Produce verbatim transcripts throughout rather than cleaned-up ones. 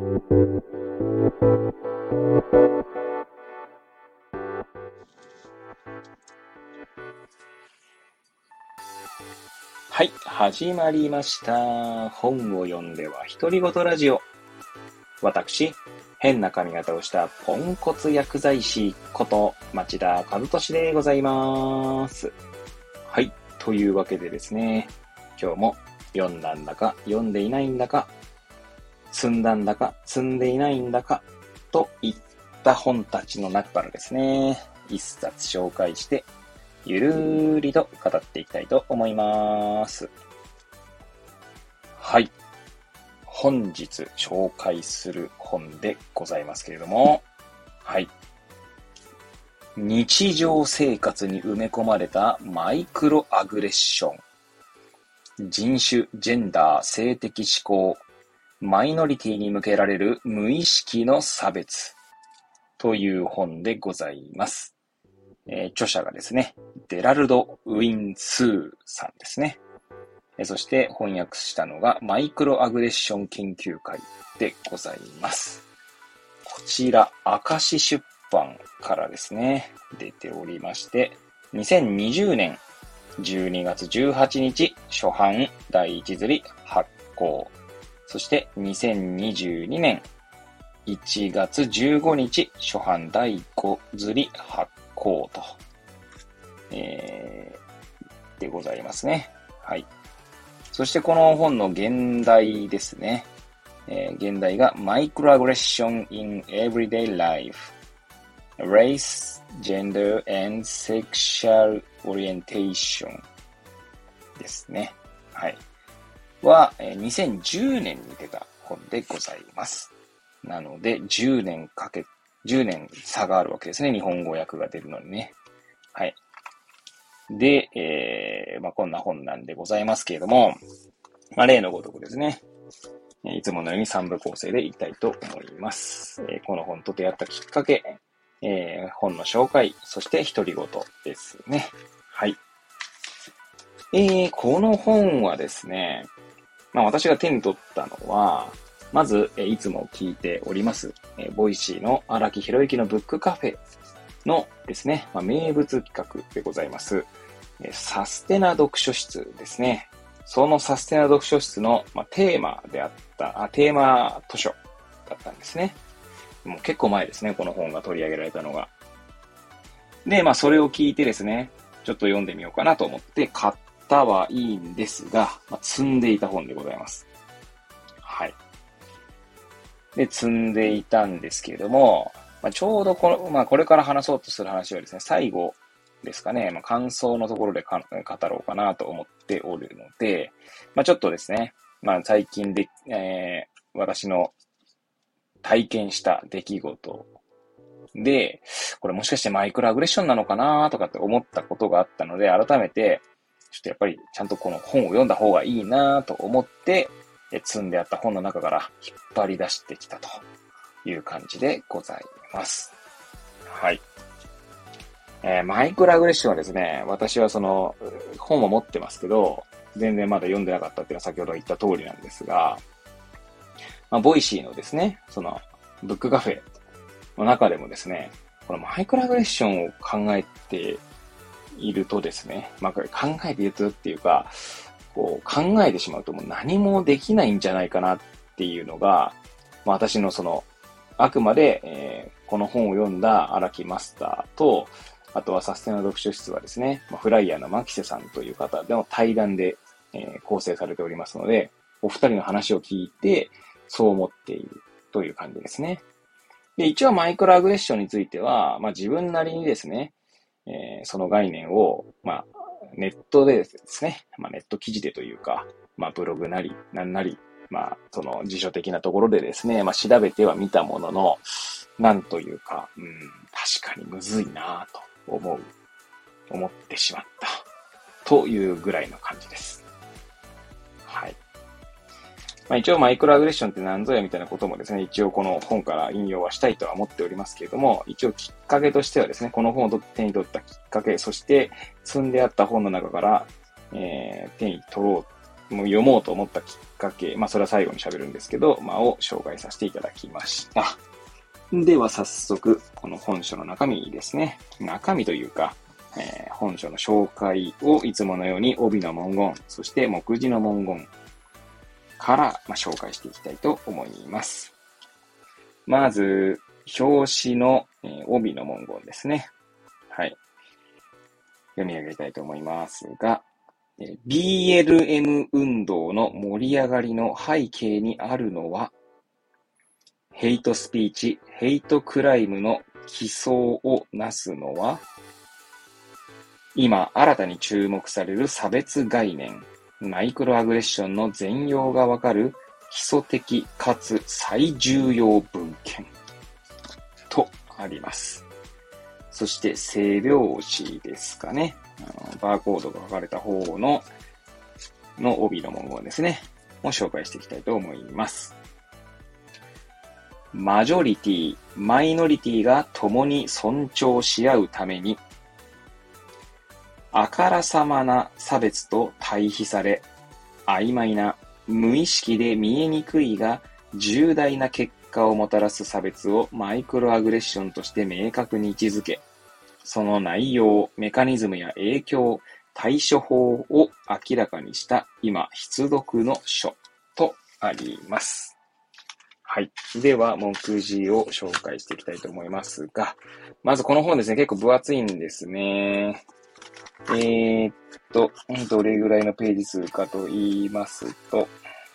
はい、始まりました。本を読んでは独り言ラジオ。私、変な髪型をしたポンコツ薬剤師こと町田和俊でございます。はい、というわけでですね、今日も読んだんだか読んでいないんだか、積んだんだか積んでいないんだかといった本たちの中からですね、一冊紹介してゆるーりと語っていきたいと思います。はい。本日紹介する本でございますけれども、はい。日常生活に埋め込まれたマイクロアグレッション。人種、ジェンダー、性的指向、マイノリティに向けられる無意識の差別という本でございます。えー、著者がですね、デラルド・ウィンスーさんですね。えー、そして翻訳したのがマイクロアグレッション研究会でございます。こちら、明石出版からですね、出ておりまして、にせんにじゅうねんじゅうにがつじゅうはちにち初版第一刷り発行。そしてにせんにじゅうにねんいちがつじゅうごにち初版第ご刷り発行と、えー、でございますね。はい。そしてこの本の現代ですね。えー、現代が Microaggression in Everyday Life Race, Gender and Sexual Orientation ですね。はい。は、えー、にせんじゅうねんに出た本でございます。なので、じゅうねんかけ、じゅうねん差があるわけですね。日本語訳が出るのにね。はい。で、えー、まあ、こんな本なんでございますけれども、まあ、例のごとくですね。いつものようにさんぶ構成でいきたいと思います。えー、この本と出会ったきっかけ、えー、本の紹介、そして独り言ですね。はい。えー、この本はですね、まあ、私が手に取ったのは、まず、えー、いつも聞いております、えー、ボイシーの荒木博之のブックカフェのですね、まあ、名物企画でございます、えー、サステナ読書室ですね。そのサステナ読書室の、まあ、テーマであったあ、テーマ図書だったんですね。もう結構前ですね、この本が取り上げられたのが。で、まあそれを聞いてですね、ちょっと読んでみようかなと思って買ったはいいんですが、まあ、積んでいた本でございます。はい。で、積んでいたんですけれども、まあ、ちょうどこの、まあこれから話そうとする話はですね、最後ですかね、まあ、感想のところでか語ろうかなと思っておるので、まあちょっとですね、まあ最近で、えー、私の体験した出来事で、これもしかしてマイクロアグレッションなのかなとかって思ったことがあったので、改めて、ちょっとやっぱりちゃんとこの本を読んだ方がいいなと思って、積んであった本の中から引っ張り出してきたという感じでございます。はい。えー、マイクロアグレッションはですね、私はその本を持ってますけど、全然まだ読んでなかったっていうのは先ほど言った通りなんですが、まあ、ボイシーのですね、そのブックカフェの中でもですね、このマイクロアグレッションを考えているとですね、まあ、これ考えているとっていうか、こう考えてしまうともう何もできないんじゃないかなっていうのが、まあ、私のその、あくまで、えー、この本を読んだ荒木マスターと、あとはサステナ読書室はですね、まあ、フライヤーの牧瀬さんという方での対談で、えー、構成されておりますので、お二人の話を聞いて、そう思っているという感じですね。で、一応マイクロアグレッションについては、まあ自分なりにですね、えー、その概念を、まあ、ネットでですね、まあネット記事でというか、まあブログなり、なんなり、まあその辞書的なところでですね、まあ調べてはみたものの、なんというか、うん、確かにむずいなぁと思う、思ってしまった、というぐらいの感じです。はい。まあ、一応マイクロアグレッションって何ぞやみたいなこともですね、一応この本から引用はしたいとは思っておりますけれども、一応きっかけとしてはですね、この本を手に取ったきっかけ、そして積んであった本の中から、えー、手に取ろうもう読もうと思ったきっかけ、まあそれは最後に喋るんですけど、まあを紹介させていただきました。では早速、この本書の中身ですね。中身というか、えー、本書の紹介をいつものように帯の文言、そして目次の文言から、まあ、紹介していきたいと思います。まず、表紙の、えー、帯の文言ですね。はい。読み上げたいと思いますが、ビーエルエム 運動の盛り上がりの背景にあるのは、ヘイトスピーチ、ヘイトクライムの基礎をなすのは、今新たに注目される差別概念、マイクロアグレッションの全容がわかる基礎的かつ最重要文献とあります。そして背表紙ですかね。あのバーコードが書かれた方の、の帯の文言ですね。を紹介していきたいと思います。マジョリティ、マイノリティが共に尊重し合うために、あからさまな差別と対比され、曖昧な、無意識で見えにくいが重大な結果をもたらす差別をマイクロアグレッションとして明確に位置づけ、その内容、メカニズムや影響、対処法を明らかにした今必読の書とあります。はい。では、目次を紹介していきたいと思いますが、まずこの本ですね、結構分厚いんですね。えーっと、どれぐらいのページ数かと言いますと、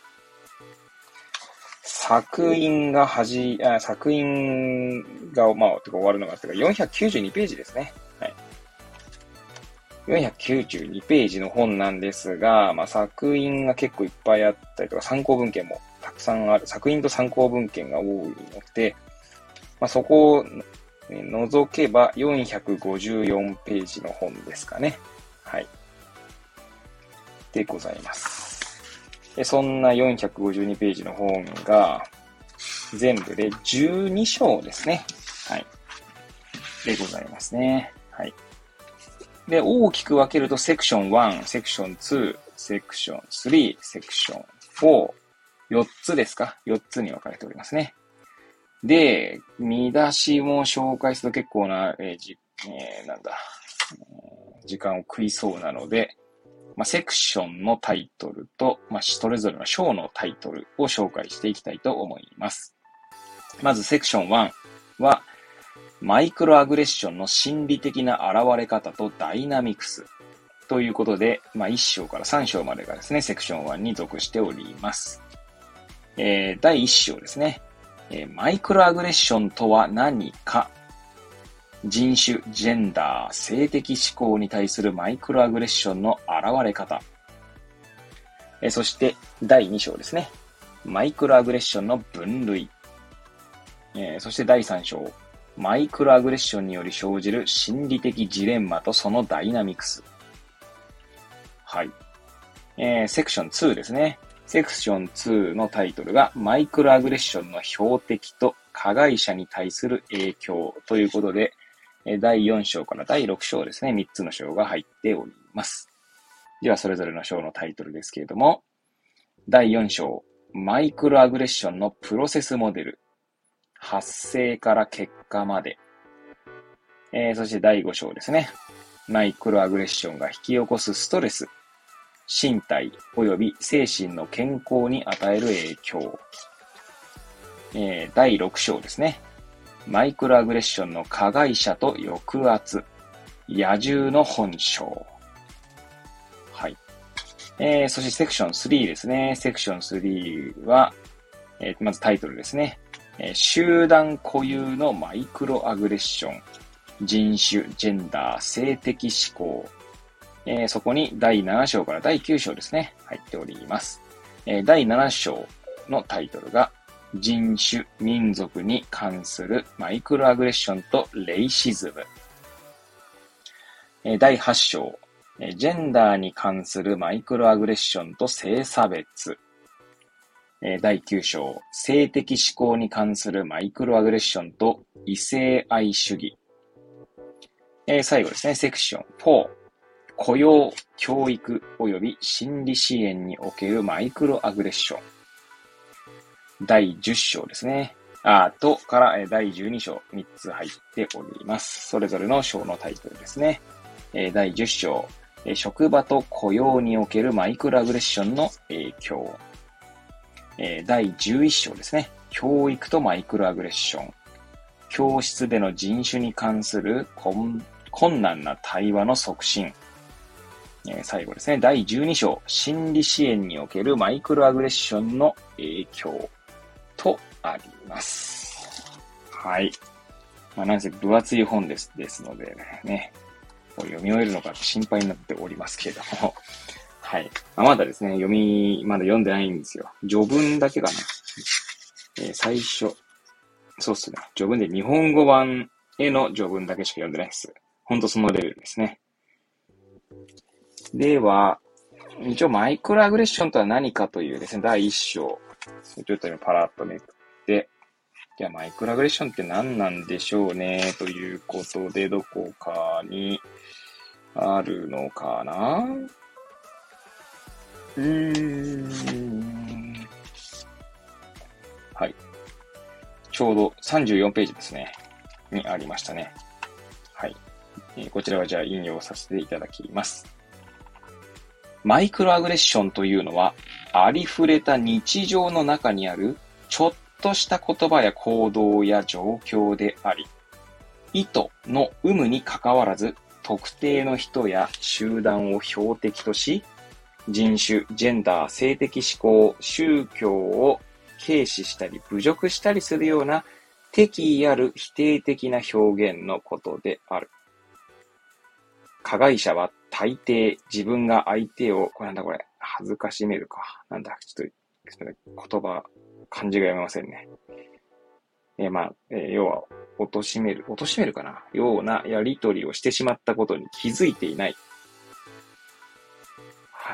作品がはじ、あ作品が、まあ、てか終わるのが、てかよんひゃくきゅうじゅうにページですね。はい。よんひゃくきゅうじゅうにページの本なんですが、まあ、作品が結構いっぱいあったりとか、参考文献もたくさんある、作品と参考文献が多いので、まあ、そこを除けばよんひゃくごじゅうよんページの本ですかね。はい。でございます。でそんなよんひゃくごじゅうにページの本が、全部でじゅうに章ですね。はい。でございますね。はい。で、大きく分けると、セクションいち、セクションに、セクションさん、セクションよん、よっつですか ?よっ つに分かれておりますね。で、見出しも紹介すると結構な、えーじえー、なんだ、時間を食いそうなので、まあ、セクションのタイトルと、まあ、それぞれの章のタイトルを紹介していきたいと思います。まずセクションいちは、マイクロアグレッションの心理的な現れ方とダイナミクスということで、まあ、いち章からさん章までがですね、セクションいちに属しております。えー、だいいち章ですね、えー。マイクロアグレッションとは何か。人種、ジェンダー、性的指向に対するマイクロアグレッションの現れ方。えー、そしてだいに章ですね。マイクロアグレッションの分類。えー、そしてだいさん章。マイクロアグレッションにより生じる心理的ジレンマとそのダイナミクス。はい。えー、セクションにですね。セクションにのタイトルがマイクロアグレッションの標的と加害者に対する影響ということで、だいよん章からだいろく章ですね。みっつの章が入っております。では、それぞれの章のタイトルですけれども、だいよん章、マイクロアグレッションのプロセスモデル。発生から結果まで。えー、そしてだいご章ですね。マイクロアグレッションが引き起こすストレス。身体及び精神の健康に与える影響。えー、だいろく章ですね。マイクロアグレッションの加害者と抑圧。野獣の本性。はい。えー、そしてセクションさんですね。セクションさんは、えー、まずタイトルですね。えー、集団固有のマイクロアグレッション。人種、ジェンダー、性的指向。えー、そこにだいなな章からだいきゅう章ですね。入っております。えー、だいなな章のタイトルが、人種、民族に関するマイクロアグレッションとレイシズム。えー、だいはち章、えー、ジェンダーに関するマイクロアグレッションと性差別。えー、だいきゅう章、性的指向に関するマイクロアグレッションと異性愛主義。えー、最後ですね、セクションよん、 雇用、教育及び心理支援におけるマイクロアグレッション。だいじゅっ章ですね。あとからだいじゅうに章みっつ入っております。それぞれの章のタイトルですね。だいじゅっ章、職場と雇用におけるマイクロアグレッションの影響。だいじゅういち章ですね。教育とマイクロアグレッション。教室での人種に関する困難な対話の促進。最後ですね。だいじゅうに章、心理支援におけるマイクロアグレッションの影響とあります。はい。まあ、なんせ分厚い本です、ですのでね、これ読み終えるのか心配になっておりますけれども、はい。まあ、まだですね、読み、まだ読んでないんですよ。序文だけかな。えー、最初、そうっすね。序文で日本語版への序文だけしか読んでないです。ほんとそのレベルですね。では、一応マイクロアグレッションとは何かというですね、だいいち章。ちょっと今パラッとめくって、じゃあマイクロアグレッションって何なんでしょうね、ということで、どこかにあるのかな？うーん。はい。ちょうどさんじゅうよんページですね。にありましたね。はい。えー、こちらはじゃあ引用させていただきます。マイクロアグレッションというのは、ありふれた日常の中にあるちょっとした言葉や行動や状況であり、意図の有無にかかわらず、特定の人や集団を標的とし、人種、ジェンダー、性的指向、宗教を軽視したり侮辱したりするような敵意ある否定的な表現のことである。加害者は大抵自分が相手を、これなんだこれ、恥ずかしめるか。なんだ、ちょっと、言葉、漢字が読めませんね。えー、まあ、えー、要は、貶める、貶めるかなようなやりとりをしてしまったことに気づいていない。はい。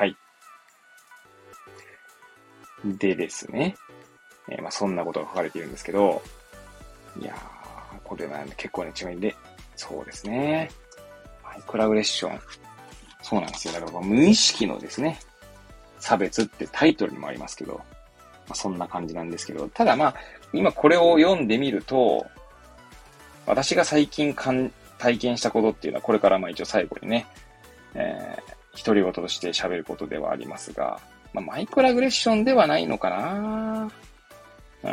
でですね。えー、まあ、そんなことが書かれているんですけど、いやー、これは、ね、結構ね、違いで、そうですね。マイクロアグレッション。そうなんですよ。だから無意識のですね、差別ってタイトルにもありますけど、まあ、そんな感じなんですけど、ただまあ、今これを読んでみると、私が最近体験したことっていうのは、これからまあ一応最後にね、えー、独り言として喋ることではありますが、まあ、マイクロアグレッションではないのかな。うん。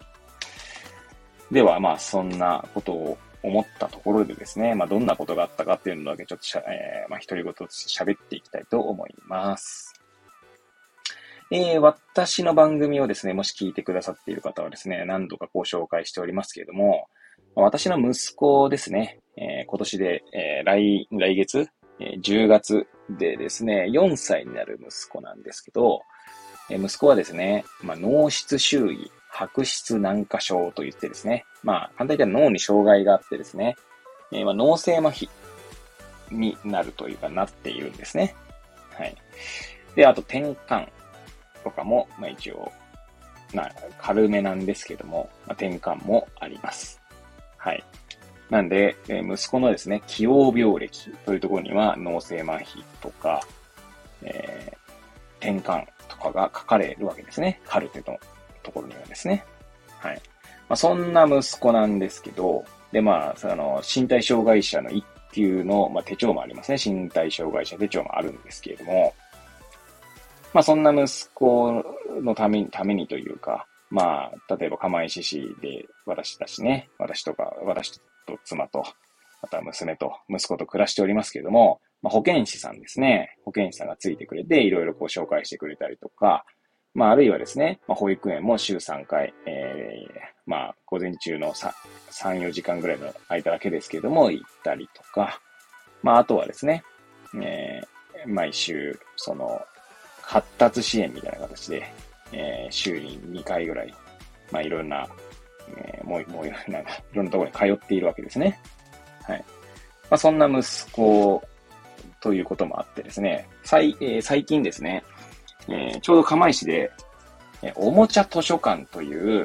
ではまあ、そんなことを思ったところでですね、まあ、どんなことがあったかっていうのだけちょっとしゃ、えー、まあ、独り言として喋っていきたいと思います。えー、私の番組をですね、もし聞いてくださっている方はですね、何度かご紹介しておりますけれども、私の息子ですね、えー、今年で、えー、来、来月、えー、じゅうがつでですね、よんさいになる息子なんですけど、えー、息子はですね、まあ、脳室周囲白質軟化症といってですね、まあ、簡単に言ったら脳に障害があってですね、えー、まあ脳性麻痺になるというかなっているんですね。はい。で、あと転換とかも、まあ一応、まあ軽めなんですけども、まあ、転換もあります。はい。なんで、えー、息子のですね、既往病歴というところには脳性麻痺とか、えー、転換とかが書かれるわけですね。カルテのところにはですね。はい。まあ、そんな息子なんですけど、で、まあ、その、身体障害者の一級の、まあ、手帳もありますね。身体障害者手帳もあるんですけれども、まあ、そんな息子のために、ためにというか、まあ、例えば釜石市で私たちね、私とか、私と妻と、また娘と息子と暮らしておりますけれども、まあ、保健師さんですね。保健師さんがついてくれて、いろいろこう紹介してくれたりとか、まあ、あるいはですね、まあ、保育園も週さんかい、えー、まあ、午前中のさん、よじかんぐらいの間だけですけれども、行ったりとか、まあ、あとはですね、えー、毎週、その、発達支援みたいな形で、えー、週ににかいぐらい、まあ、いろんな、えー、もう、もういろんな、いろんなところに通っているわけですね。はい。まあ、そんな息子ということもあってですね、最、えー、最近ですね、えー、ちょうど釜石で、えー、おもちゃ図書館という、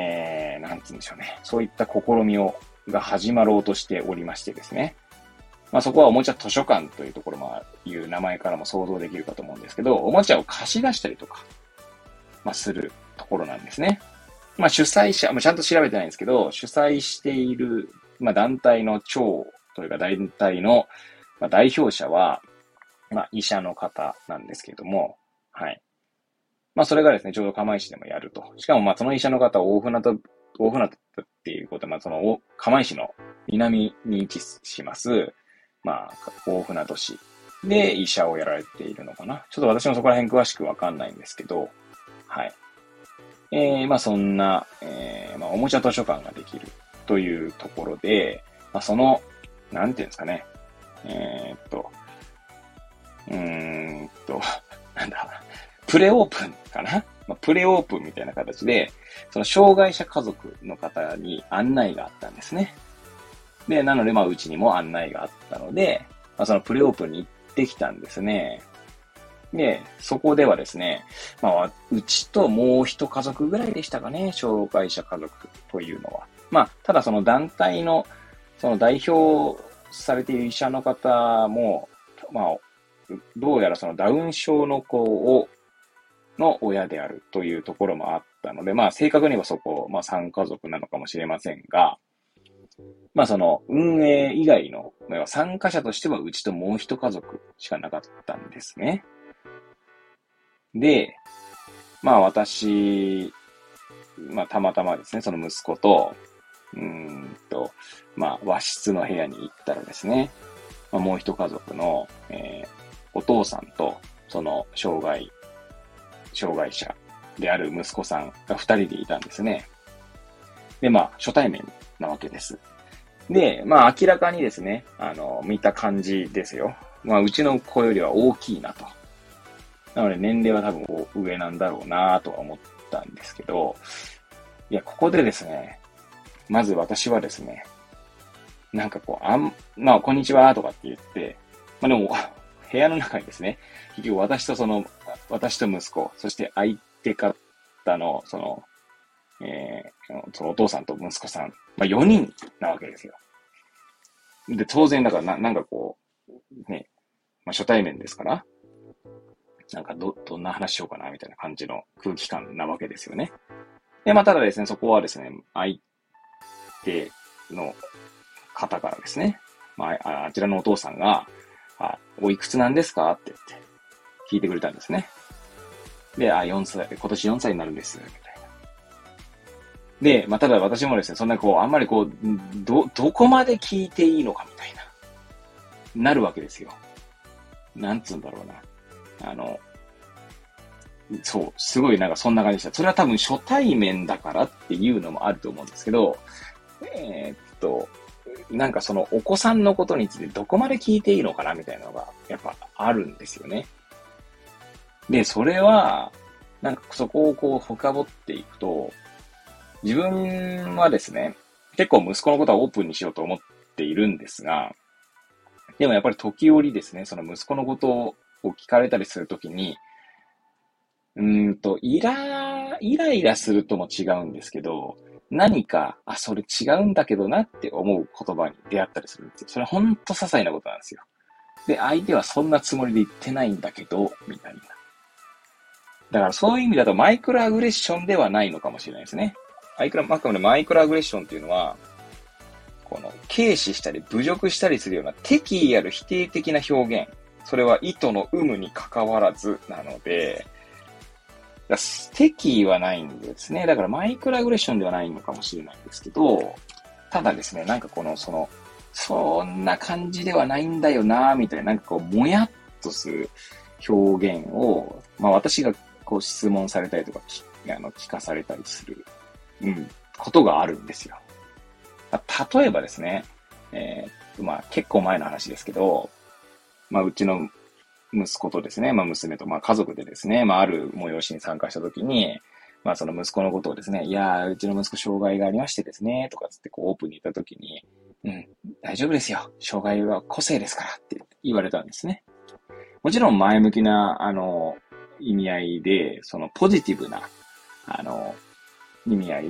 えー、なんつうんでしょうね。そういった試みを、が始まろうとしておりましてですね。 まあそこはおもちゃ図書館というところもいう名前からも想像できるかと思うんですけど、おもちゃを貸し出したりとか、まあするところなんですね。まあ主催者、まあちゃんと調べてないんですけど、主催している、まあ団体の長というか団体の、まあ、代表者は、まあ医者の方なんですけれども、はい。まあそれがですね、ちょうど釜石でもやると。しかもまあその医者の方は大船渡、大船渡っていうことは、まあその釜石の南に位置します、まあ大船渡市で医者をやられているのかな。ちょっと私もそこら辺詳しくわかんないんですけど、はい。えー、まあそんな、えー、まあおもちゃ図書館ができるというところで、まあその、なんていうんですかね。えー、っと、うーんと、なんだ、プレオープンかな、まあ、プレオープンみたいな形で、その障害者家族の方に案内があったんですね。で、なので、まあ、うちにも案内があったので、まあ、そのプレオープンに行ってきたんですね。で、そこではですね、まあ、うちともう一家族ぐらいでしたかね、障害者家族というのは。まあ、ただその団体の、その代表されている医者の方も、まあ、どうやらそのダウン症の子を、の親であるというところもあったので、まあ正確にはそこ、まあさん家族なのかもしれませんが、まあその運営以外の、参加者としてはうちともう一家族しかなかったんですね。で、まあ私、まあたまたまですね、その息子と、うーんと、まあ和室の部屋に行ったらですね、まあ、もう一家族の、えー、お父さんと、その障害、障害者である息子さんが二人でいたんですね。で、まあ初対面なわけです。で、まあ明らかにですね、あの、見た感じですよ。まあうちの子よりは大きいなと。なので年齢は多分上なんだろうなとは思ったんですけど、いや、ここでですね、まず私はですね、なんかこう、あん、まあ、こんにちはとかって言って、まあでも、部屋の中にですね、結局私とその、私と息子、そして相手方の、その、えー、そのお父さんと息子さん、まあよにんなわけですよ。で、当然だからな、なんかこう、ね、まあ初対面ですから、なんかど、どんな話しようかな、みたいな感じの空気感なわけですよね。で、まあただですね、そこはですね、相手の方からですね、まあ、あちらのお父さんが、あ、おいくつなんですかって言って聞いてくれたんですね。で、あ、よんさい、今年よんさいになるんです、みたいな。で、まあ、ただ私もですね、そんなこう、あんまりこう、ど、どこまで聞いていいのかみたいな、なるわけですよ。なんつうんだろうな。あの、そう、すごいなんかそんな感じでした。それは多分初対面だからっていうのもあると思うんですけど、えー、っと、なんかそのお子さんのことについてどこまで聞いていいのかなみたいなのがやっぱあるんですよね。で、それは、なんかそこをこう深掘っていくと、自分はですね、結構息子のことはオープンにしようと思っているんですが、でもやっぱり時折ですね、その息子のことを聞かれたりするときに、うーんと、イラ、イライラするとも違うんですけど、何か、あ、それ違うんだけどなって思う言葉に出会ったりするんですよ。それはほんと些細なことなんですよ。で、相手はそんなつもりで言ってないんだけど、みたいな。だからそういう意味だとマイクロアグレッションではないのかもしれないですね。マイクロ、あくまでマイクロアグレッションっていうのは、この、軽視したり侮辱したりするような敵意ある否定的な表現。それは意図の有無に関わらずなので、敵意はないんですね。だからマイクロアグレッションではないのかもしれないんですけど、ただですね、なんかこの、その、そんな感じではないんだよな、みたいな、なんかこう、もやっとする表現を、まあ私がこう質問されたりとか、あの聞かされたりする、うん、ことがあるんですよ。例えばですね、えー、まあ結構前の話ですけど、まあうちの息子とですね、まあ娘と、まあ家族でですね、まあある催しに参加したときに、まあその息子のことをですね、いやー、うちの息子障害がありましてですね、とかつってこうオープンに言ったときに、うん、大丈夫ですよ。障害は個性ですからって言われたんですね。もちろん前向きな、あの、意味合いで、そのポジティブな、あの、意味合いで、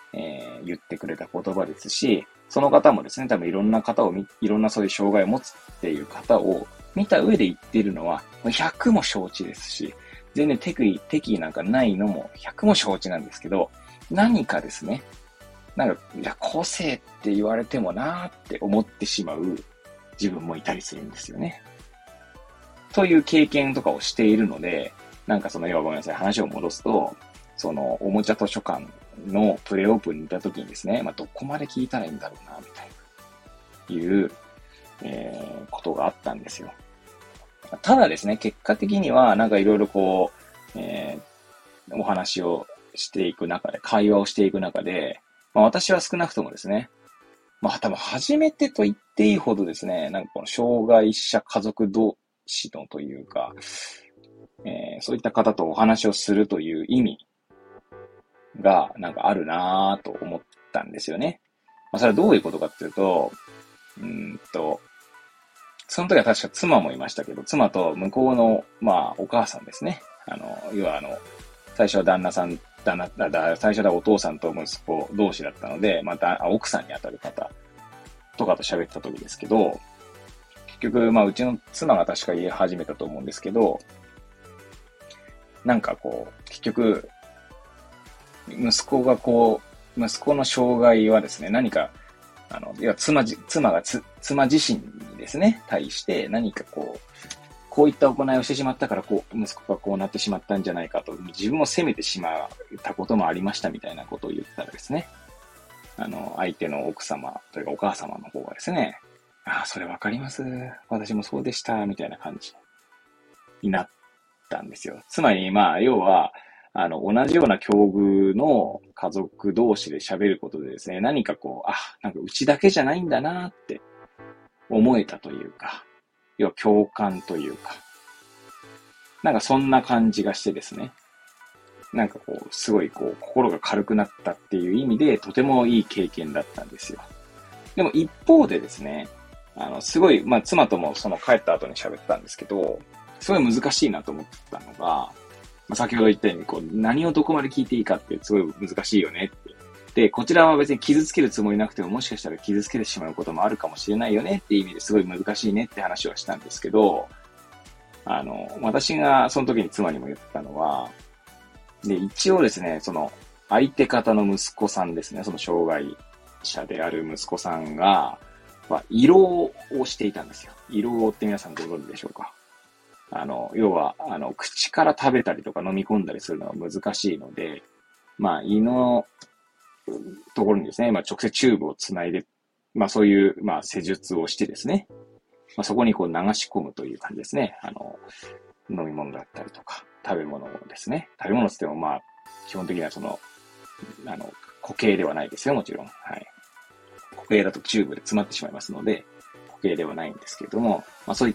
えー、言ってくれた言葉ですし、その方もですね、多分いろんな方を見、いろんなそういう障害を持つっていう方を見た上で言っているのは、ひゃくも承知ですし、全然敵意、敵意なんかないのもひゃくも承知なんですけど、何かですね、なんか、いや、個性って言われてもなーって思ってしまう自分もいたりするんですよね。という経験とかをしているので、なんかその、要はごめんなさい、話を戻すと、その、おもちゃ図書館のプレオープンにいた時にですね、まあ、どこまで聞いたらいいんだろうな、みたいな、いう、えー、ことがあったんですよ。ただですね、結果的には、なんかいろいろこう、えー、お話をしていく中で、会話をしていく中で、まあ、私は少なくともですね、まあ多分初めてと言っていいほどですね、なんかこの障害者家族同士のというか、えー、そういった方とお話をするという意味がなんかあるなぁと思ったんですよね。まあそれはどういうことかっていうと、うーんと、その時は確か妻もいましたけど、妻と向こうの、まあお母さんですね。あの、要はあの、最初は旦那さん、旦那、だ最初はお父さんと息子同士だったので、また奥さんにあたる方とかと喋ってた時ですけど、結局、まあうちの妻が確か言い始めたと思うんですけど、なんかこう、結局、息子がこう、息子の障害はですね、何か、あの、要は妻じ、妻がつ、妻自身にですね、対して何かこう、こういった行いをしてしまったから、こう、息子がこうなってしまったんじゃないかと、自分を責めてしまったこともありましたみたいなことを言ったらですね、あの、相手の奥様というかお母様の方がですね、ああ、それわかります。私もそうでした、みたいな感じになったんですよ。つまり、まあ、要は、あの、同じような境遇の家族同士で喋ることでですね、何かこう、あ、なんかうちだけじゃないんだなって思えたというか、要は共感というか、なんかそんな感じがしてですね、なんかこう、すごいこう、心が軽くなったっていう意味で、とてもいい経験だったんですよ。でも一方でですね、あの、すごい、まあ、妻ともその帰った後に喋ったんですけど、すごい難しいなと思ったのが、まあ、先ほど言ったように、こう、何をどこまで聞いていいかってすごい難しいよねって。で、こちらは別に傷つけるつもりなくても、もしかしたら傷つけてしまうこともあるかもしれないよねっていう意味ですごい難しいねって話はしたんですけど、あの、私がその時に妻にも言ったのは、で、一応ですね、その、相手方の息子さんですね、その障害者である息子さんが、まあ、胃ろうをしていたんですよ。胃ろうって皆さんご存知でしょうか。あの、要は、あの、口から食べたりとか飲み込んだりするのが難しいので、まあ、胃のところにですね、まあ、直接チューブをつないで、まあ、そういう、まあ、施術をしてですね、まあ、そこにこう流し込むという感じですね。あの、飲み物だったりとか、食べ物をですね。食べ物って言っても、まあ、基本的にはその、あの、固形ではないですよ、もちろん。はい。固形だとチューブで詰まってしまいますので、固形ではないんですけれども、まあそういった、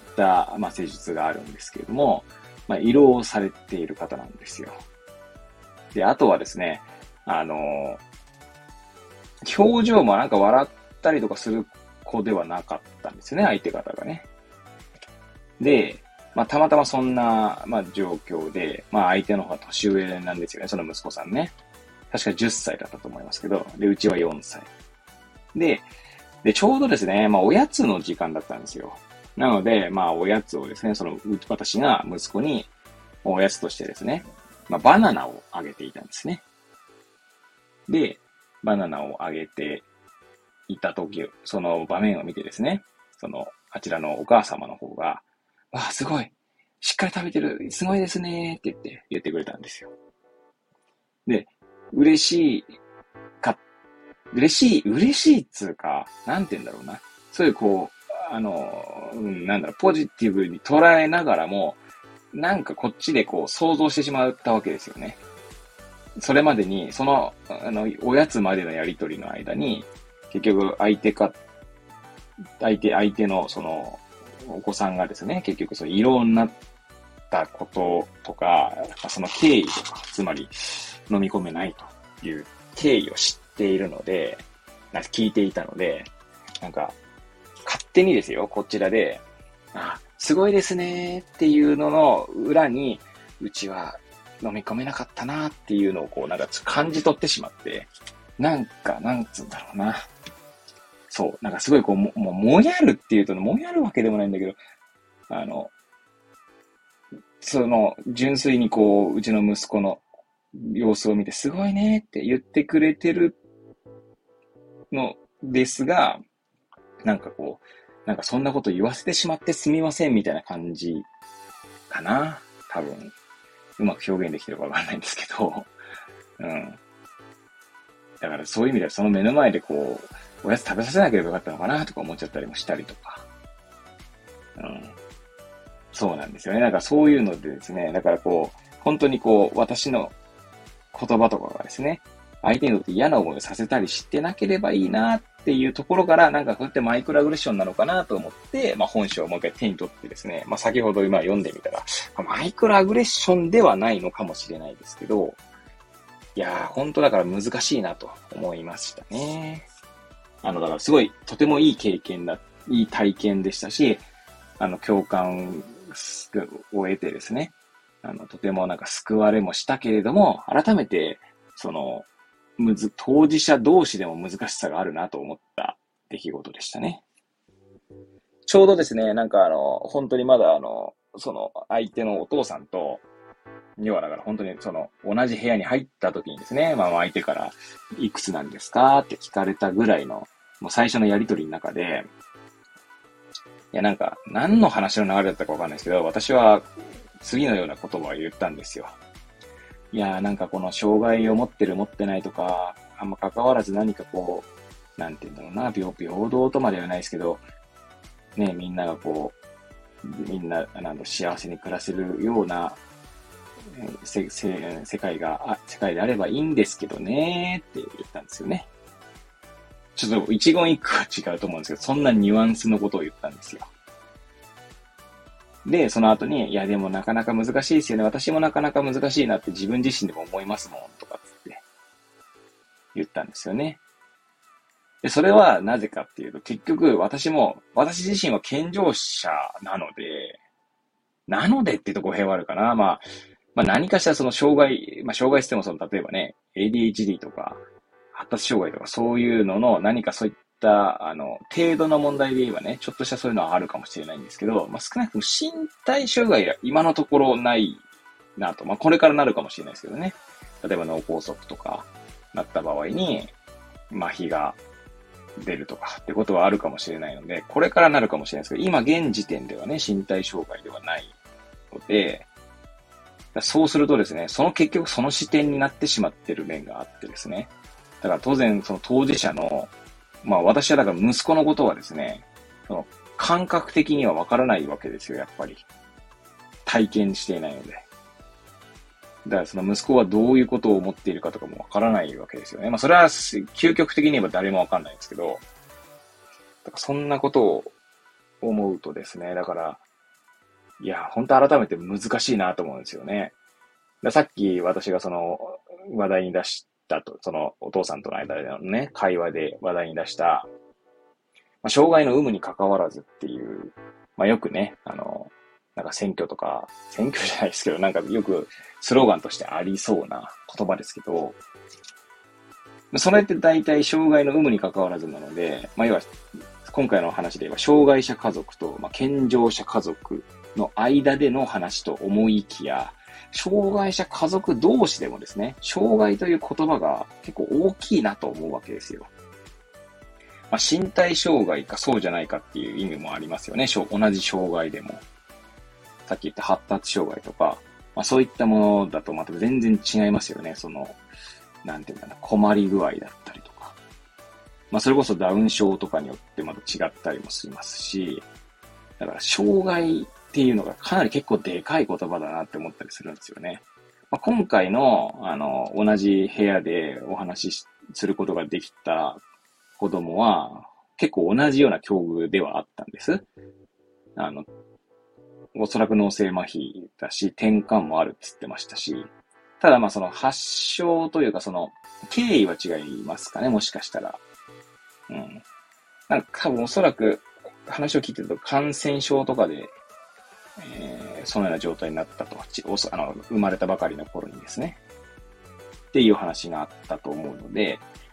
まあ、施術があるんですけれども、まあ、胃ろうをされている方なんですよ。で、あとはですね、あの、表情もなんか笑ったりとかする子ではなかったんですよね、相手方がね。で、まあ、たまたまそんな、まあ、状況で、まあ、相手の方が年上なんですよね、その息子さんね。確かじゅっさいだったと思いますけど、で、うちはよんさい。で、で、ちょうどですね、まあ、おやつの時間だったんですよ。なので、まあ、おやつをですね、その、私が息子に、おやつとしてですね、まあ、バナナをあげていたんですね。で、バナナをあげていたとき、その場面を見てですね、その、あちらのお母様の方が、わあ、すごい、しっかり食べてる、すごいですね、って言って、言ってくれたんですよ。で、嬉しいか、嬉しい、嬉しいっつうか、なんて言うんだろうな。そういうこう、あの、うん、なんだろう、ポジティブに捉えながらも、なんかこっちでこう想像してしまったわけですよね。それまでに、その、あの、おやつまでのやりとりの間に、結局相手か、相手、相手のその、お子さんがですね、結局その異論になったこととか、その経緯とか、つまり飲み込めないという経緯を知っているので、なんか聞いていたので、なんか、勝手にですよ、こちらで、あ、すごいですねっていうのの裏に、うちは飲み込めなかったなっていうのをこう、なんか感じ取ってしまって、 なんか、なんつうんだろうな。そう。なんかすごいこう、も、もう、もやるっていうと、もやるわけでもないんだけど、あの、その、純粋にこう、うちの息子の様子を見て、すごいねって言ってくれてるのですが、なんかこう、なんかそんなこと言わせてしまってすみませんみたいな感じかな。多分、うまく表現できてるかわかんないんですけど、うん。だからそういう意味ではその目の前でこう、おやつ食べさせなければよかったのかなとか思っちゃったりもしたりとか。うん。そうなんですよね。なんかそういうのでですね、だからこう、本当にこう、私の言葉とかがですね、相手にとって嫌な思いをさせたりしてなければいいなっていうところから、なんかこうやってマイクロアグレッションなのかなと思って、まあ本書をもう一回手に取ってですね、まあ先ほど今読んでみたら、マイクロアグレッションではないのかもしれないですけど、いやー、本当だから難しいなと思いましたね。あの、だからすごい、とてもいい経験だ、いい体験でしたし、あの、共感を得てですね、あの、とてもなんか救われもしたけれども、改めて、その、むず、当事者同士でも難しさがあるなと思った出来事でしたね。ちょうどですね、なんかあの、本当にまだあの、その相手のお父さんと、要はだから本当にその同じ部屋に入った時にですね、まあ相手からいくつなんですかって聞かれたぐらいの、もう最初のやりとりの中で、いやなんか何の話の流れだったかわかんないですけど、私は次のような言葉を言ったんですよ。いやーなんかこの障害を持ってる持ってないとか、あんま関わらず何かこう、なんて言うんだろうな、平、平等とまではないですけど、ね、みんながこう、みんな、なんだ、幸せに暮らせるような、せ、せ、世界が、あ、世界であればいいんですけどね、って言ったんですよね。ちょっと一言一句は違うと思うんですけど、そんなニュアンスのことを言ったんですよ。で、その後に、いやでもなかなか難しいですよね。私もなかなか難しいなって自分自身でも思いますもん、とかつって言ったんですよね。で、それはなぜかっていうと、結局私も、私自身は健常者なので、なのでっていうと語弊はあるかな。まあ、まあ何かしらその障害、まあ障害してもその例えばね、エーディーエイチディー とか、発達障害とかそういうのの何かそういった、あの、程度の問題で言えばね、ちょっとしたそういうのはあるかもしれないんですけど、まあ少なくとも身体障害は今のところないなと。まあこれからなるかもしれないですけどね。例えば脳梗塞とかなった場合に、麻痺が出るとかってことはあるかもしれないので、これからなるかもしれないですけど、今現時点ではね、身体障害ではないので、そうするとですね、その結局その視点になってしまってる面があってですね。だから当然その当事者の、まあ私はだから息子のことはですね、その感覚的にはわからないわけですよ、やっぱり。体験していないので。だからその息子はどういうことを思っているかとかもわからないわけですよね。まあそれは究極的に言えば誰もわかんないんですけど、だからそんなことを思うとですね、だから、いや、本当改めて難しいなと思うんですよね。でさっき私がその話題に出したと、そのお父さんとの間でのね、会話で話題に出した、まあ、障害の有無に関わらずっていう、まあよくね、あの、なんか選挙とか、選挙じゃないですけど、なんかよくスローガンとしてありそうな言葉ですけど、それって大体障害の有無に関わらずなので、まあ要は今回の話で言えば障害者家族と、まあ、健常者家族の間での話と思いきや、障害者家族同士でもですね、障害という言葉が結構大きいなと思うわけですよ。まあ、身体障害かそうじゃないかっていう意味もありますよね。同じ障害でも。さっき言った発達障害とか、まあ、そういったものだとまた全然違いますよね。その、なんていうんだろう、困り具合だったりとか。まあ、それこそダウン症とかによってまた違ったりもしますし、だから障害っていうのがかなり結構でかい言葉だなって思ったりするんですよね。まあ、今回の、あの、同じ部屋でお話しすることができた子供は、結構同じような境遇ではあったんです。あの、おそらく脳性麻痺だし、転換もあるって言ってましたし、ただまあその発症というかその経緯は違いますかね、もしかしたら。うん。なんか多分おそらく話を聞いてると感染症とかで、えー、そのような状態になったと。あの、生まれたばかりの頃にですね。っていう話があったと思うので、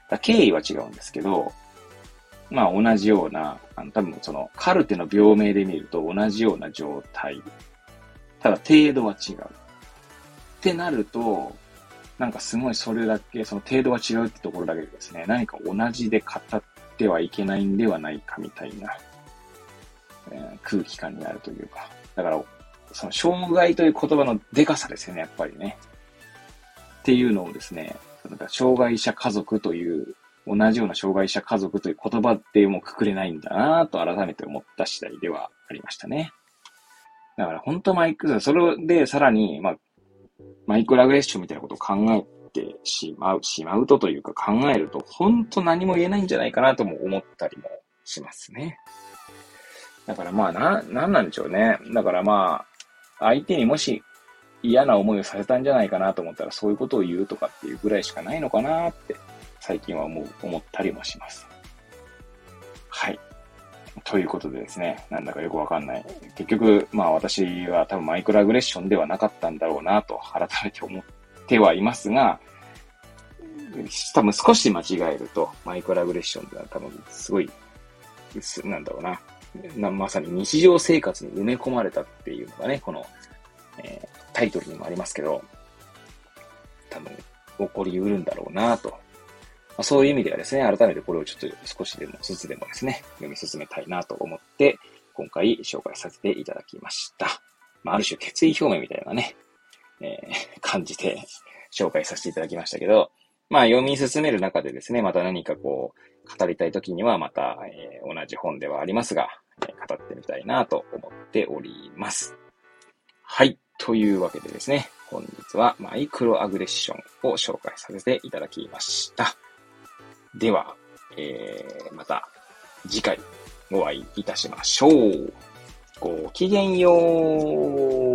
だ経緯は違うんですけど、まあ同じような、あの多分そのカルテの病名で見ると同じような状態。ただ程度は違う。ってなると、なんかすごいそれだけ、その程度は違うってところだけでですね、何か同じで語ってはいけないんではないかみたいな、えー、空気感になるというか。だから、その障害という言葉のでかさですよね、やっぱりね。っていうのをですね、なんか障害者家族という、同じような障害者家族という言葉ってもうくくれないんだなぁと改めて思った次第ではありましたね。だから本当マイク、それでさらに、まあ、マイクロアグレッションみたいなことを考えてしまう、しまうとというか考えると、本当何も言えないんじゃないかなとも思ったりもしますね。だからまあ、な、なんなんでしょうね。だからまあ、相手にもし嫌な思いをさせたんじゃないかなと思ったら、そういうことを言うとかっていうぐらいしかないのかなって、最近は思う、思ったりもします。はい。ということでですね、なんだかよくわかんない。結局、まあ私は多分マイクロアグレッションではなかったんだろうなと改めて思ってはいますが、多分少し間違えると、マイクロアグレッションってのは多分すごい、なんだろうな、なまさに日常生活に埋め込まれたっていうのがね、この、えー、タイトルにもありますけど、多分起こりうるんだろうなと。まあ、そういう意味ではですね、改めてこれをちょっと少しでもずつでもですね、読み進めたいなと思って、今回紹介させていただきました。まあ、ある種決意表明みたいなね、えー、感じで紹介させていただきましたけど、まあ読み進める中でですね、また何かこう、語りたい時にはまた、えー、同じ本ではありますが、えー、語ってみたいなと思っております。はい。というわけでですね、本日はマイクロアグレッションを紹介させていただきました。では、えー、また次回お会いいたしましょう。ごきげんよう。